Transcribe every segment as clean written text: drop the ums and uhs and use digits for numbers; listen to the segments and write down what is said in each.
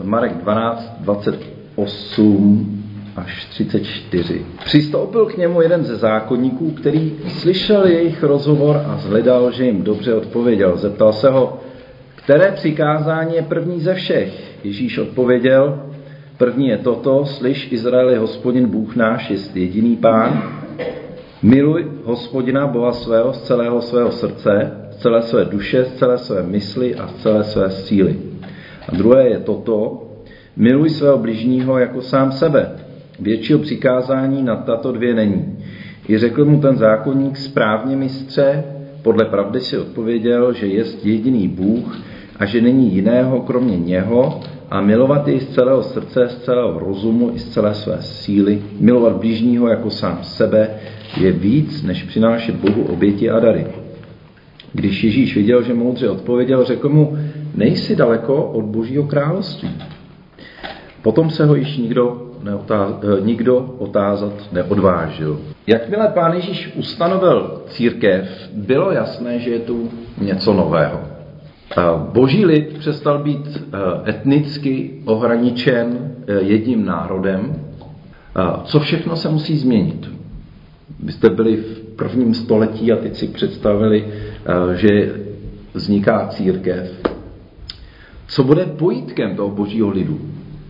Marek 12, 28 až 34. Přistoupil k němu jeden ze zákonníků, který slyšel jejich rozhovor a zhledal, že jim dobře odpověděl. Zeptal se ho, které přikázání je první ze všech? Ježíš odpověděl, první je toto, slyš, Izraeli, Hospodin Bůh náš je jediný Pán. Miluj Hospodina Boha svého z celého svého srdce, z celé své duše, z celé své mysli a z celé své síly. A druhé je toto, miluj svého bližního jako sám sebe. Většího přikázání na tato dvě není. I řekl mu ten zákonník, správně, mistře, podle pravdy si odpověděl, že jest jediný Bůh a že není jiného kromě něho a milovat jej z celého srdce, z celého rozumu i z celé své síly, milovat bližního jako sám sebe, je víc, než přinášet Bohu oběti a dary. Když Ježíš viděl, že moudře odpověděl, řekl mu, nejsi daleko od Božího království. Potom se ho již nikdo otázat neodvážil. Jakmile Pán Ježíš ustanovil církev, bylo jasné, že je tu něco nového. Boží lid přestal být etnicky ohraničen jedním národem. Co všechno se musí změnit? Vy jste byli v prvním století a teď si představili, že vzniká církev. Co bude pojítkem toho božího lidu?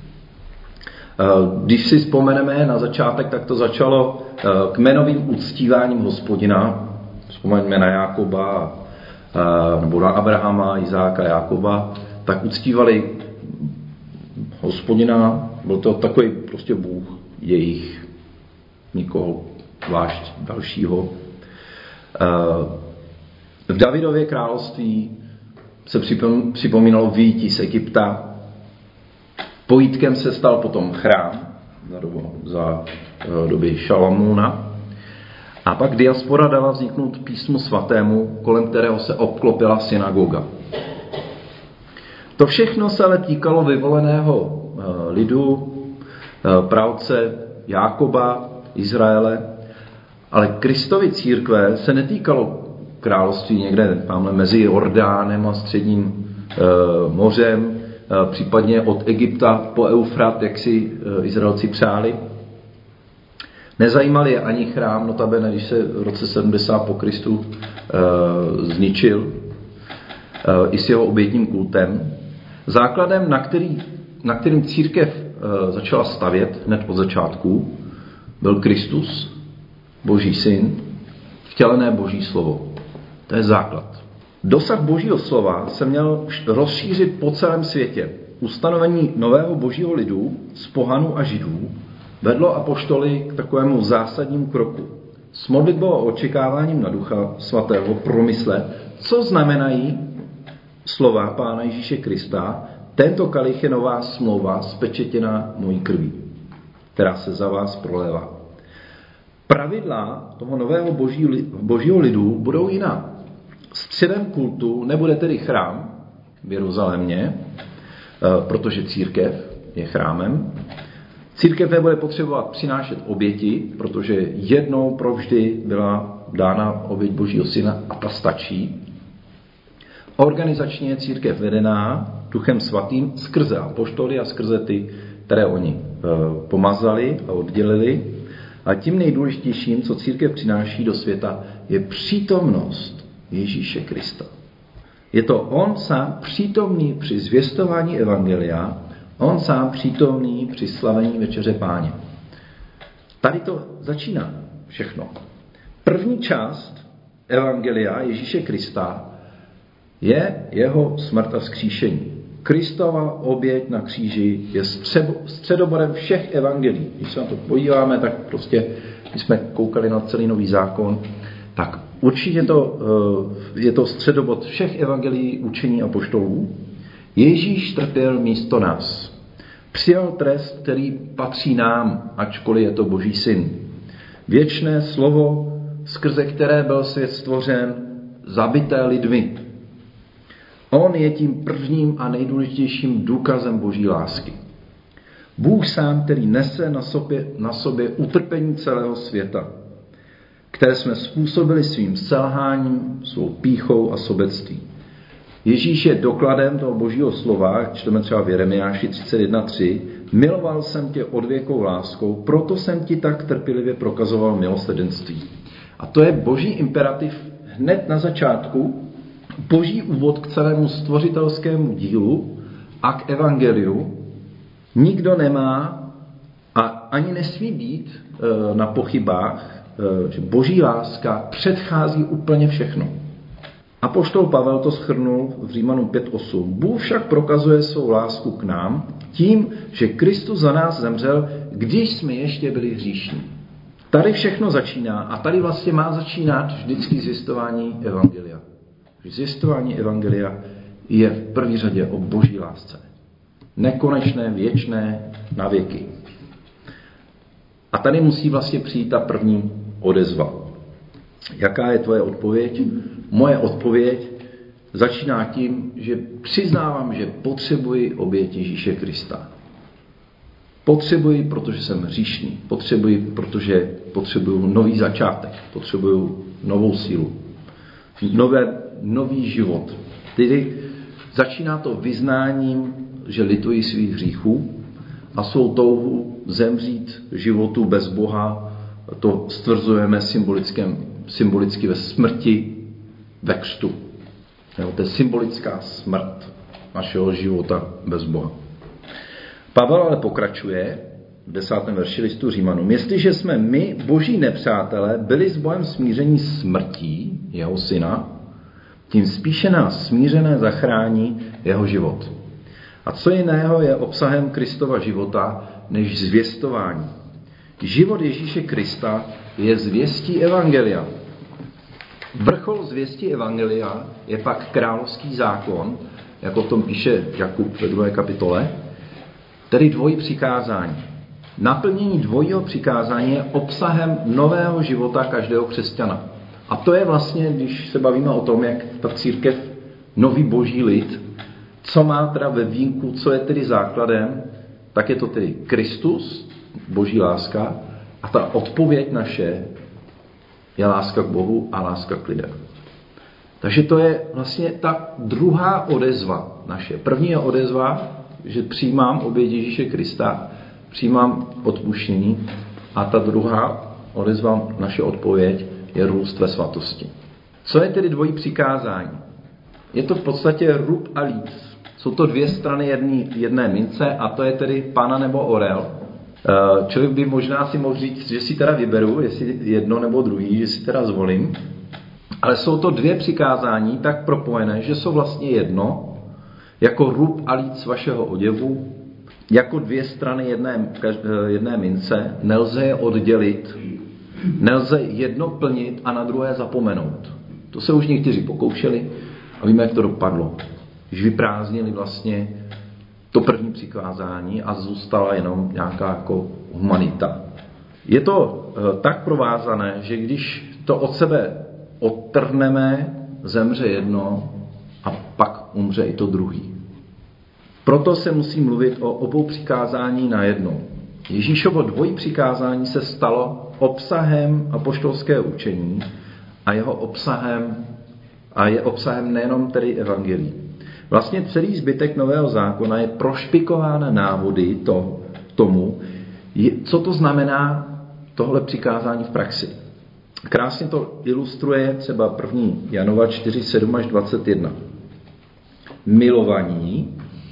Když si vzpomeneme na začátek, tak to začalo kmenovým uctíváním Hospodina. Vzpomeňme na Jákoba, nebo na Abrahama, Izáka, Jákoba. Tak uctívali Hospodina, byl to takový prostě Bůh jejich, nikoho zvlášť dalšího. V Davidově království se připomínalo vyjití z Egypta. Pojítkem se stal potom chrám za doby Šalamúna. A pak diaspora dala vzniknout písmu svatému, kolem kterého se obklopila synagoga. To všechno se ale týkalo vyvoleného lidu, pravce Jákoba, Izraele, ale Kristovy církve se netýkalo království někde tamhle mezi Jordánem a Středním mořem, případně od Egypta po Eufrat, jak si Izraelci přáli. Nezajímal je ani chrám, notabene, když se v roce 70 po Kristu zničil, i s jeho obětním kultem. Základem, na kterým církev začala stavět hned od začátku, byl Kristus, Boží syn, vtělené Boží slovo. To je základ. Dosah Božího slova se měl rozšířit po celém světě. Ustanovení nového Božího lidu z pohanů a židů vedlo apoštoly k takovému zásadnímu kroku. S modlitbou a očekáváním na Ducha Svatého promyslet, co znamenají slova Pána Ježíše Krista, tento kalich je nová smlouva spečetěná mojí krví, která se za vás prolévá. Pravidla toho nového božího lidu budou jiná. Středem kultu nebude tedy chrám v Jeruzalémě, protože církev je chrámem. Církev nebude potřebovat přinášet oběti, protože jednou provždy byla dána oběť Božího syna a ta stačí. Organizačně je církev vedená Duchem Svatým skrze apoštoly a skrze ty, které oni pomazali a oddělili. A tím nejdůležitějším, co církev přináší do světa, je přítomnost Ježíše Krista. Je to on sám přítomný při zvěstování evangelia, on sám přítomný při slavení večeře Páně. Tady to začíná všechno. První část evangelia Ježíše Krista je jeho smrt a vzkříšení. Kristova oběť na kříži je středobodem všech evangelií. Když se na to podíváme, tak prostě, když jsme koukali na celý Nový zákon, tak určitě je to středobod všech evangelií učení apoštolů. Ježíš trpěl místo nás. Přijal trest, který patří nám, ačkoliv je to Boží syn. Věčné slovo, skrze které byl svět stvořen, zabité lidmi. On je tím prvním a nejdůležitějším důkazem Boží lásky. Bůh sám, který nese na sobě utrpení celého světa, které jsme způsobili svým selháním, svou pýchou a sobectvím. Ježíš je dokladem toho božího slova, čteme třeba v Jeremiáši 31:3. Miloval jsem tě odvěkou láskou, proto jsem ti tak trpělivě prokazoval milosrdenství. A to je boží imperativ hned na začátku, boží úvod k celému stvořitelskému dílu a k evangeliu. Nikdo nemá a ani nesmí být na pochybách, že boží láska předchází úplně všechno. Apoštol Pavel to shrnul v Římanům 5:8. Bůh však prokazuje svou lásku k nám tím, že Kristus za nás zemřel, když jsme ještě byli hříšní. Tady všechno začíná a tady vlastně má začínat vždycky zjistování evangelia. Zjistování evangelia je v první řadě o boží lásce. Nekonečné, věčné, na věky. A tady musí vlastně přijít ta první odezva. Jaká je tvoje odpověď? Moje odpověď začíná tím, že přiznávám, že potřebuji oběť Ježíše Krista. Potřebuji, protože jsem hříšný. Potřebuji, protože potřebuju nový začátek. Potřebuju novou sílu. Nový život. Tedy začíná to vyznáním, že lituji svých hříchů a svou touhu zemřít životu bez Boha. To stvrzujeme symbolicky ve smrti, ve křtu. To je symbolická smrt našeho života bez Boha. Pavel ale pokračuje v 10. verši listu Římanům. Jestliže jsme my, boží nepřátelé, byli s Bohem smíření smrtí jeho syna, tím spíše nás smířené zachrání jeho život. A co jiného je obsahem Kristova života než zvěstování? Život Ježíše Krista je zvěstí evangelia. Vrchol zvěstí evangelia je pak královský zákon, jako o tom píše Jakub ve 2. kapitole, tedy dvojí přikázání. Naplnění dvojího přikázání je obsahem nového života každého křesťana. A to je vlastně, když se bavíme o tom, jak ta církev, nový boží lid, co má teda ve vínku, co je tedy základem, tak je to tedy Kristus, boží láska, a ta odpověď naše je láska k Bohu a láska k lidem. Takže to je vlastně ta druhá odezva naše. První je odezva, že přijímám oběť Ježíše Krista, přijímám odpuštění, a ta druhá odezva, naše odpověď, je růst ve svatosti. Co je tedy dvojí přikázání? Je to v podstatě rub a líc. Jsou to dvě strany jedné mince a to je tedy pana nebo orel. Člověk by možná si mohl říct, že si teda vyberu, jestli jedno nebo druhý, že si teda zvolím. Ale jsou to dvě přikázání tak propojené, že jsou vlastně jedno, jako rub a líc vašeho oděvu, jako dvě strany jedné mince, nelze je oddělit, nelze jedno plnit a na druhé zapomenout. To se už někteří pokoušeli a víme, jak to dopadlo. Když vyprázdnili vlastně to první přikázání a zůstala jenom nějaká jako humanita. Je to tak provázané, že když to od sebe odtrhneme, zemře jedno a pak umře i to druhý. Proto se musí mluvit o obou přikázání najednou. Ježíšovo dvojí přikázání se stalo obsahem apoštolského učení a jeho obsahem je obsahem nejenom tedy evangelií. Vlastně celý zbytek Nového zákona je prošpikován návody tomu, co to znamená tohle přikázání v praxi. Krásně to ilustruje třeba 1. Janova 4:7-21. Milovaní,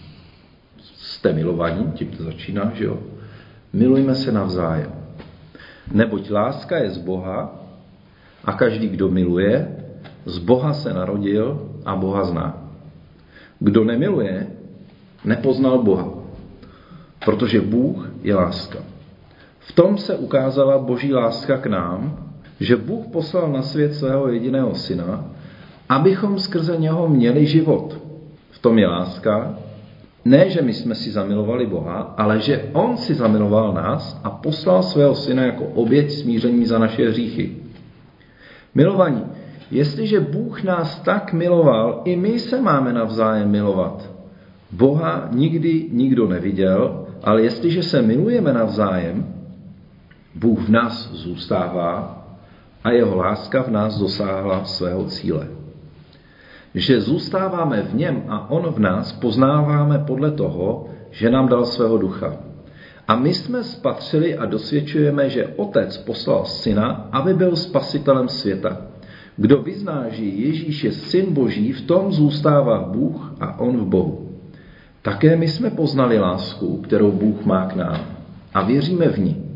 jste milovaní, tím to začíná, že jo? Milujme se navzájem. Neboť láska je z Boha a každý, kdo miluje, z Boha se narodil a Boha zná. Kdo nemiluje, nepoznal Boha, protože Bůh je láska. V tom se ukázala boží láska k nám, že Bůh poslal na svět svého jediného syna, abychom skrze něho měli život. V tom je láska, ne, že my jsme si zamilovali Boha, ale že on si zamiloval nás a poslal svého syna jako oběť smíření za naše hříchy. Milovaní, jestliže Bůh nás tak miloval, i my se máme navzájem milovat. Boha nikdy nikdo neviděl, ale jestliže se milujeme navzájem, Bůh v nás zůstává a jeho láska v nás dosáhla svého cíle. Že zůstáváme v něm a on v nás, poznáváme podle toho, že nám dal svého ducha. A my jsme spatřili a dosvědčujeme, že Otec poslal Syna, aby byl spasitelem světa. Kdo vyzná, že Ježíš je Syn Boží, v tom zůstává Bůh a on v Bohu. Také my jsme poznali lásku, kterou Bůh má k nám a věříme v ní.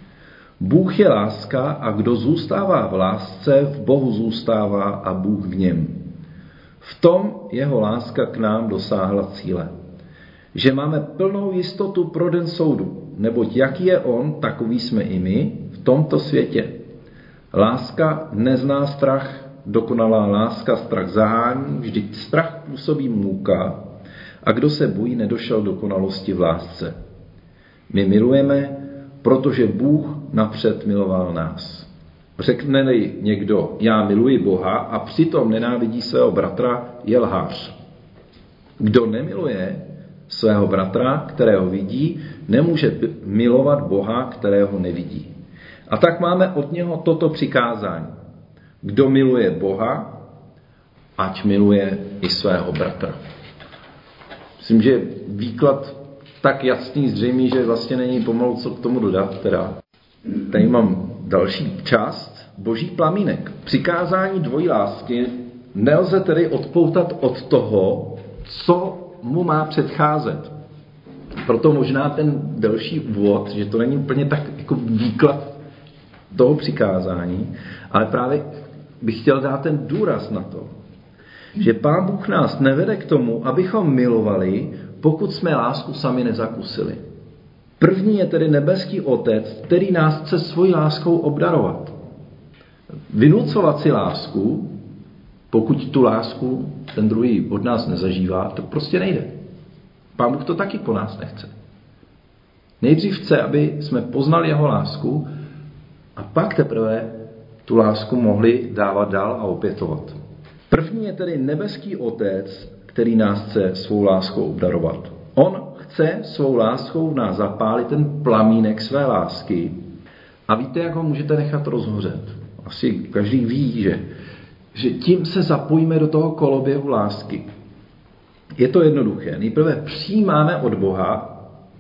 Bůh je láska a kdo zůstává v lásce, v Bohu zůstává a Bůh v něm. V tom jeho láska k nám dosáhla cíle. Že máme plnou jistotu pro den soudu, neboť jaký je on, takový jsme i my v tomto světě. Láska nezná strach, dokonalá láska strach zahání, vždyť strach působí můka a kdo se bojí, nedošel dokonalosti v lásce. My milujeme, protože Bůh napřed miloval nás. Řekne-li někdo, já miluji Boha a přitom nenávidí svého bratra, je lhář. Kdo nemiluje svého bratra, kterého vidí, nemůže milovat Boha, kterého nevidí. A tak máme od něho toto přikázání. Kdo miluje Boha, ať miluje i svého bratra. Myslím, že výklad tak jasný, zřejmý, že vlastně není pomalu co k tomu dodat. Tady mám další část. Boží plamínek. Přikázání dvojí lásky nelze tedy odpoutat od toho, co mu má předcházet. Proto možná ten delší úvod, že to není úplně tak jako výklad toho přikázání, ale právě bych chtěl dát ten důraz na to, že Pán Bůh nás nevede k tomu, abychom milovali, pokud jsme lásku sami nezakusili. První je tedy nebeský Otec, který nás chce svojí láskou obdarovat. Vynucovat si lásku, pokud tu lásku ten druhý od nás nezažívá, to prostě nejde. Pán Bůh to taky po nás nechce. Nejdřív chce, aby jsme poznali jeho lásku a pak teprve tu lásku mohli dávat dál a opětovat. První je tedy nebeský Otec, který nás chce svou láskou obdarovat. On chce svou láskou v nás zapálit ten plamínek své lásky. A víte, jak ho můžete nechat rozhořet? Asi každý ví, že tím se zapojíme do toho koloběhu lásky. Je to jednoduché. Nejprve přijímáme od Boha,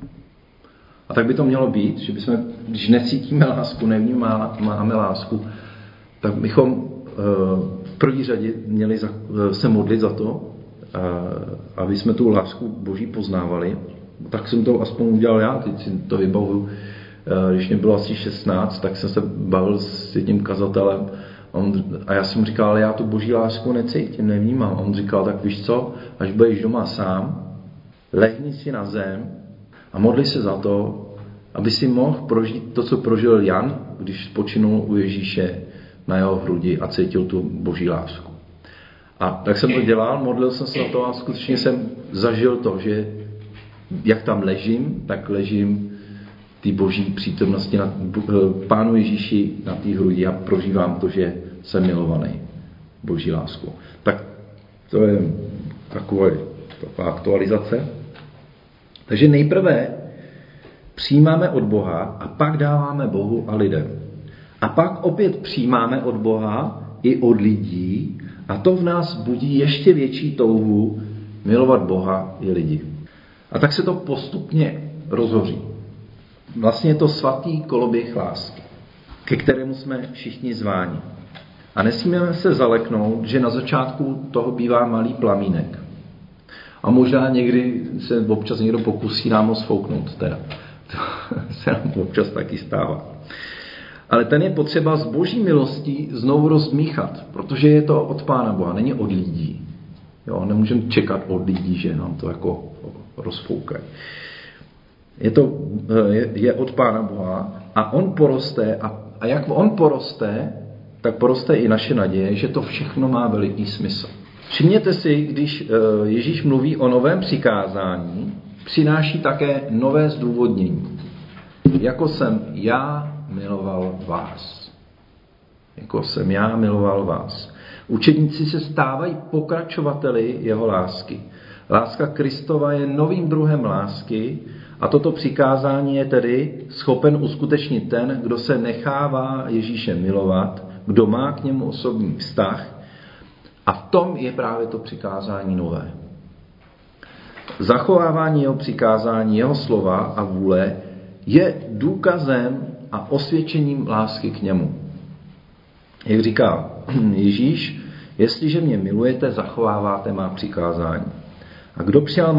a tak by to mělo být, že bychom, když necítíme lásku, nevnímáme lásku, tak bychom v první řadě měli se modlit za to, aby jsme tu lásku Boží poznávali. Tak jsem to aspoň udělal já, teď si to vybavuju. Když mě bylo asi 16, tak jsem se bavil s jedním kazatelem a já jsem mu říkal, ale já tu Boží lásku necítím, nevnímám. A on říkal, tak víš co, až budeš doma sám, lehni si na zem a modli se za to, aby si mohl prožít to, co prožil Jan, když spočinul u Ježíše na jeho hrudi a cítil tu Boží lásku. A tak jsem to dělal, modlil jsem se za to a skutečně jsem zažil to, že jak tam ležím, tak ležím té Boží přítomnosti na Pánu Ježíši na té hrudi a prožívám to, že jsem milovaný Boží lásku. Tak to je taková aktualizace. Takže nejprve přijímáme od Boha a pak dáváme Bohu a lidem. A pak opět přijímáme od Boha i od lidí a to v nás budí ještě větší touhu milovat Boha i lidi. A tak se to postupně rozhoří. Vlastně je to svatý koloběh lásky, ke kterému jsme všichni zváni. A nesmíme se zaleknout, že na začátku toho bývá malý plamínek. A možná někdy se občas někdo pokusí nám ho sfouknout. Teda. To se nám občas taky stává. Ale ten je potřeba z Boží milostí znovu rozdmíchat, protože je to od Pána Boha, není od lidí. Jo, nemůžeme čekat od lidí, že nám to jako rozfoukají. Je od Pána Boha a on poroste a jak on poroste, tak poroste i naše naděje, že to všechno má veliký smysl. Všimněte si, když Ježíš mluví o novém přikázání, přináší také nové zdůvodnění. Jako jsem já miloval vás. Jako jsem já miloval vás. Učedníci se stávají pokračovateli jeho lásky. Láska Kristova je novým druhem lásky a toto přikázání je tedy schopen uskutečnit ten, kdo se nechává Ježíše milovat, kdo má k němu osobní vztah A v tom je právě to přikázání nové. Zachovávání jeho přikázání, jeho slova a vůle je důkazem a osvědčením lásky k němu. Jak říká Ježíš, jestliže mě milujete, zachováváte má přikázání. A kdo přijal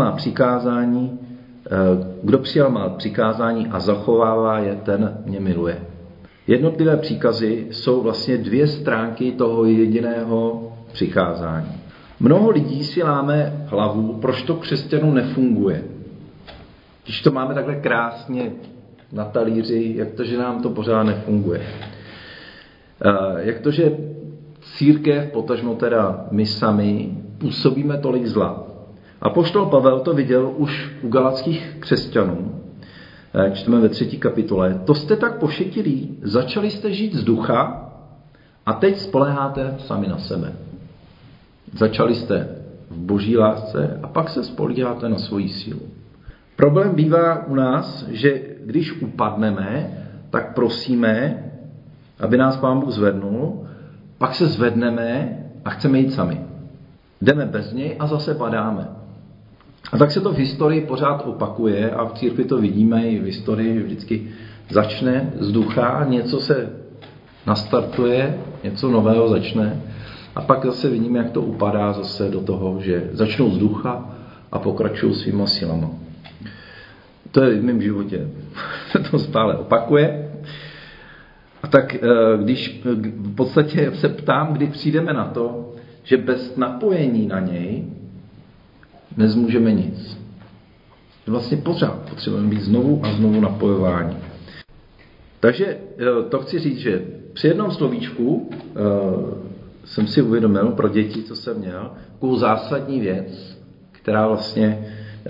má přikázání a zachovává je, ten mě miluje. Jednotlivé příkazy jsou vlastně 2 stránky toho jediného přikázání. Mnoho lidí si láme hlavu, proč to křesťanů nefunguje. Když to máme takhle krásně na talíři, jak to, že nám to pořád nefunguje. Jak to, že církev, potažmo teda my sami, působíme tolik zla. Apoštol Pavel to viděl už u galackých křesťanů, čteme ve 3. kapitole. To jste tak pošetilí, začali jste žít z ducha a teď spoléháte sami na sebe. Začali jste v boží lásce a pak se spolíháte na svoji sílu. Problém bývá u nás, že když upadneme, tak prosíme, aby nás Pán Bůh zvednul, pak se zvedneme a chceme jít sami. Jdeme bez něj a zase padáme. A tak se to v historii pořád opakuje a v církvi to vidíme i v historii, vždycky začne z ducha, něco se nastartuje, něco nového začne a pak zase vidíme, jak to upadá zase do toho, že začnou z ducha a pokračují svýma silama. To je v mém životě. Se to stále opakuje. A tak když v podstatě se ptám, kdy přijdeme na to, že bez napojení na něj nezmůžeme nic. Vlastně pořád potřebujeme být znovu a znovu napojování. Takže to chci říct, že při jednom slovíčku jsem si uvědomil pro děti, co jsem měl, takovou zásadní věc, která vlastně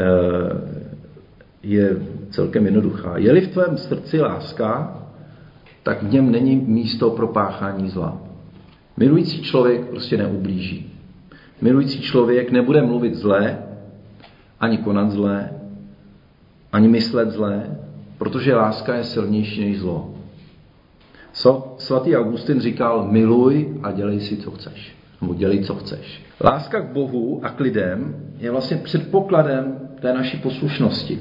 je celkem jednoduchá. Je-li v tvém srdci láska, tak v něm není místo pro páchání zla. Milující člověk prostě neublíží. Milující člověk nebude mluvit zlé, ani konat zlé, ani myslet zlé, protože láska je silnější než zlo. Svatý Augustin říkal, miluj a dělej si, co chceš. Nebo dělej, co chceš. Láska k Bohu a k lidem je vlastně předpokladem té naší poslušnosti.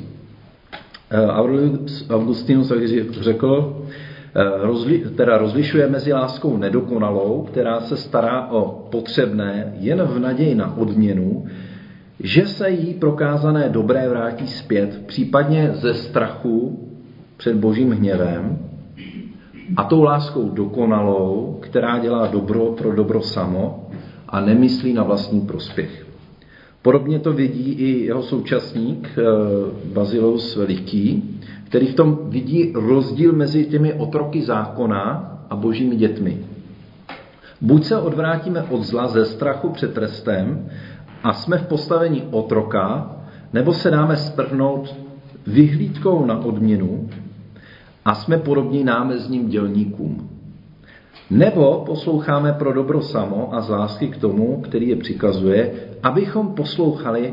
Augustinus řekl, rozlišuje mezi láskou nedokonalou, která se stará o potřebné jen v naději na odměnu, že se jí prokázané dobré vrátí zpět, případně ze strachu před božím hněvem, a tou láskou dokonalou, která dělá dobro pro dobro samo a nemyslí na vlastní prospěch. Podobně to vidí i jeho současník Bazileus Veliký, který v tom vidí rozdíl mezi těmi otroky zákona a božími dětmi. Buď se odvrátíme od zla ze strachu před trestem a jsme v postavení otroka, nebo se dáme strhnout vyhlídkou na odměnu a jsme podobní námezním dělníkům. Nebo posloucháme pro dobro samo a z lásky k tomu, který je přikazuje, abychom poslouchali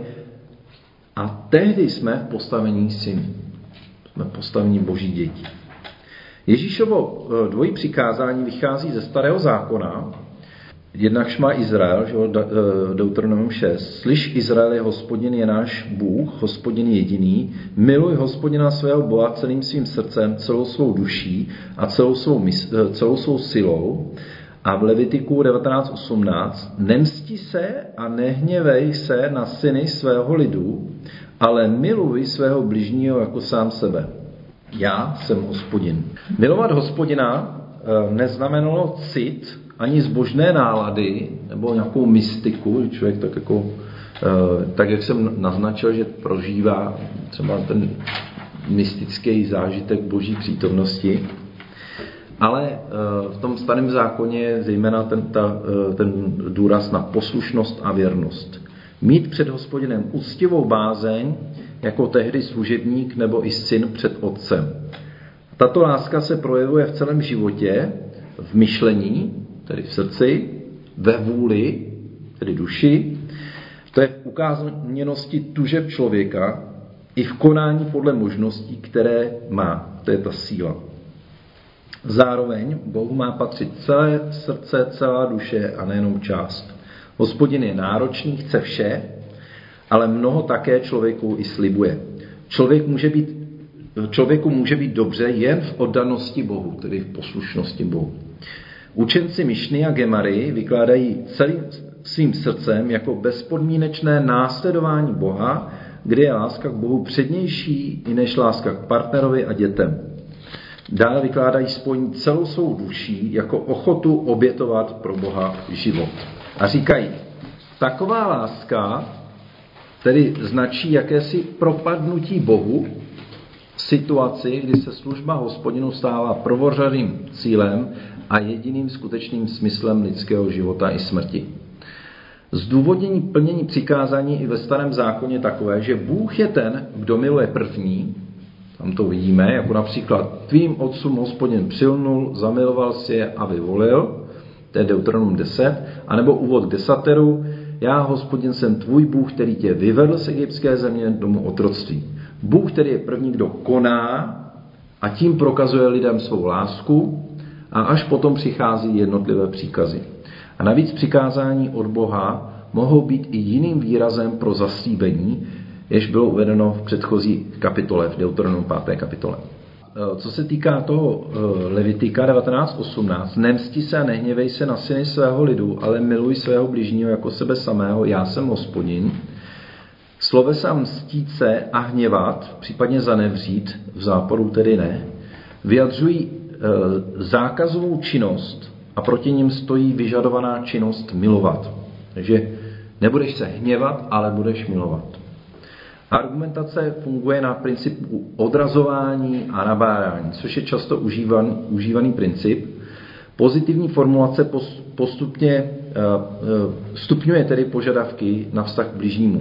a tehdy jsme v postavení synů. Jsme v postavení boží dětí. Ježíšovo dvojí přikázání vychází ze Starého zákona. Jednak šma Izrael, Deuteronomium 6. Slyš, Izraeli, Hospodin je náš Bůh, Hospodin jediný. Miluj Hospodina svého Boha celým svým srdcem, celou svou duší a celou svou silou. A v Levitiku 19.18. Nemsti se a nehněvej se na syny svého lidu, ale miluj svého bližního jako sám sebe. Já jsem Hospodin. Milovat Hospodina neznamenalo cit ani zbožné nálady nebo nějakou mystiku, že člověk tak jako, tak jak jsem naznačil, že prožívá třeba ten mystický zážitek boží přítomnosti, ale v tom Starém zákoně je zejména ten důraz na poslušnost a věrnost. Mít před Hospodinem úctivou bázeň, jako tehdy služebník nebo i syn před otcem. Tato láska se projevuje v celém životě, v myšlení, tedy v srdci, ve vůli, tedy duši, to je v ukázaněnosti tužeb člověka i v konání podle možností, které má. To je ta síla. Zároveň Bohu má patřit celé srdce, celá duše a nejenom část. Hospodin je náročný, chce vše, ale mnoho také člověku i slibuje. Člověku může být dobře jen v oddanosti Bohu, tedy v poslušnosti Bohu. Učenci Mišny a Gemary vykládají celým svým srdcem jako bezpodmínečné následování Boha, kdy je láska k Bohu přednější i než láska k partnerovi a dětem. Dále vykládají spojení celou svou duší jako ochotu obětovat pro Boha život. A říkají, taková láska tedy značí jakési propadnutí Bohu v situaci, kdy se služba Hospodinu stává prvořadým cílem a jediným skutečným smyslem lidského života i smrti. Zdůvodnění plnění přikázání i ve Starém zákoně takové, že Bůh je ten, kdo miluje první, tam to vidíme, jako například tvým otcům Hospodin přilnul, zamiloval si je a vyvolil, to je Deuteronom 10, anebo úvod k desateru, já, Hospodin, jsem tvůj Bůh, který tě vyvedl z egyptské země domu otroctví. Bůh, který je první, kdo koná a tím prokazuje lidem svou lásku a až potom přichází jednotlivé příkazy. A navíc přikázání od Boha mohou být i jiným výrazem pro zaslíbení, jež bylo uvedeno v předchozí kapitole, v Deuteronomu 5. kapitole. Co se týká toho Levitika 19.18, nemsti se a nehněvej se na syny svého lidu, ale miluj svého bližního jako sebe samého, já jsem Hospodin. Slovesa mstít se a hněvat, případně zanevřít, v záporu tedy ne, vyjadřují zákazovou činnost a proti nim stojí vyžadovaná činnost milovat. Takže nebudeš se hněvat, ale budeš milovat. Argumentace funguje na principu odrazování a nabádání, což je často užívaný princip. Pozitivní formulace stupňuje tedy požadavky na vztah k bližnímu.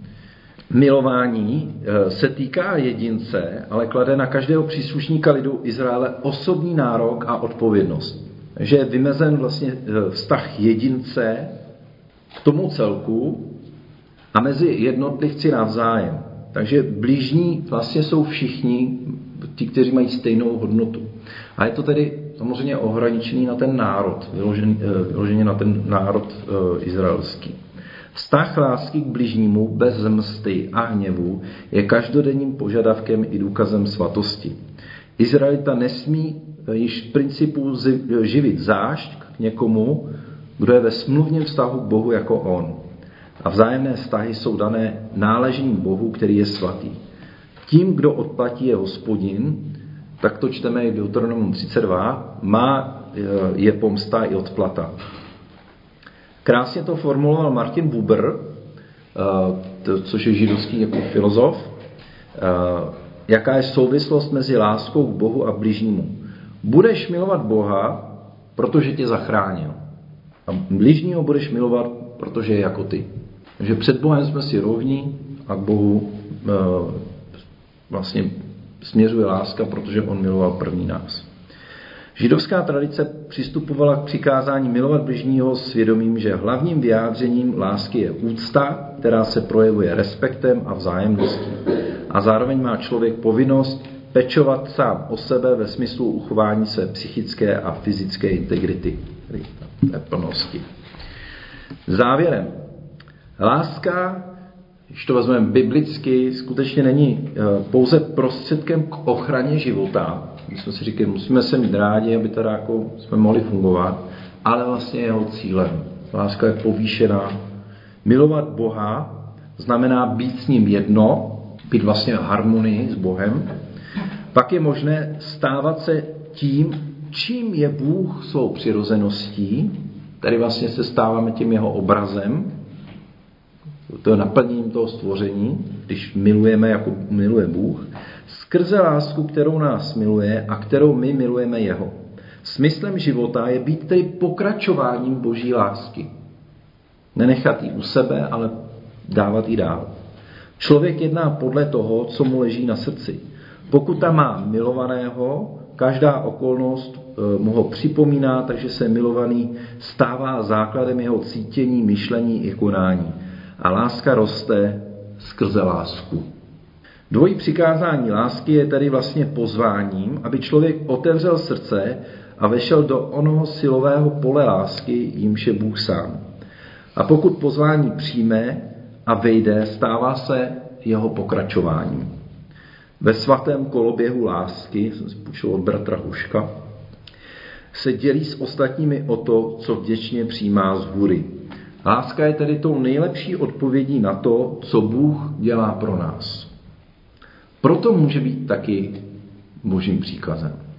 Milování se týká jedince, ale klade na každého příslušníka lidu Izraele osobní nárok a odpovědnost. Takže je vymezen vlastně vztah jedince k tomu celku a mezi jednotlivci navzájem. Takže blížní vlastně jsou všichni ti, kteří mají stejnou hodnotu. A je to tedy samozřejmě ohraničený na ten národ, vyloženě na ten národ izraelský. Vztah lásky k bližnímu bez msty a hněvu je každodenním požadavkem i důkazem svatosti. Izraelita nesmí již v principu živit zášť k někomu, kdo je ve smluvním vztahu k Bohu jako on. A vzájemné vztahy jsou dané náležením Bohu, který je svatý. Tím, kdo odplatí, je Hospodin, tak to čteme i v Deuteronomu 32, je pomsta i odplata. Krásně to formuloval Martin Buber, což je židovský jako filozof, jaká je souvislost mezi láskou k Bohu a bližnímu. Budeš milovat Boha, protože tě zachránil. A bližního budeš milovat, protože je jako ty. Takže před Bohem jsme si rovní a k Bohu vlastně směřuje láska, protože on miloval první nás. Židovská tradice přistupovala k přikázání milovat bližního s svědomím, že hlavním vyjádřením lásky je úcta, která se projevuje respektem a vzájemností. A zároveň má člověk povinnost pečovat sám o sebe ve smyslu uchování své psychické a fyzické integrity, té plnosti. Závěrem. Láska, když to vezmeme biblicky, skutečně není pouze prostředkem k ochraně života. My jsme si říkali, musíme se mít rádi, aby teda jako jsme mohli fungovat, ale vlastně jeho cílem. Láska je povýšená. Milovat Boha znamená být s ním jedno, být vlastně v harmonii s Bohem. Pak je možné stávat se tím, čím je Bůh svou přirozeností, tady vlastně se stáváme tím jeho obrazem, to je naplněním toho stvoření, když milujeme, jako miluje Bůh, skrze lásku, kterou nás miluje a kterou my milujeme jeho. Smyslem života je být tedy pokračováním Boží lásky. Nenechat ji u sebe, ale dávat ji dál. Člověk jedná podle toho, co mu leží na srdci. Pokud tam má milovaného, každá okolnost mu ho připomíná, takže se milovaný stává základem jeho cítění, myšlení i konání. A láska roste skrze lásku. Dvojí přikázání lásky je tedy vlastně pozváním, aby člověk otevřel srdce a vešel do onoho silového pole lásky, jímž je Bůh sám. A pokud pozvání přijme a vejde, stává se jeho pokračováním. Ve svatém koloběhu lásky, jsem si půjčil od bratra Huška, se dělí s ostatními o to, co vděčně přijímá z hůry. Láska je tedy tou nejlepší odpovědí na to, co Bůh dělá pro nás. Proto může být taky Božím příkazem.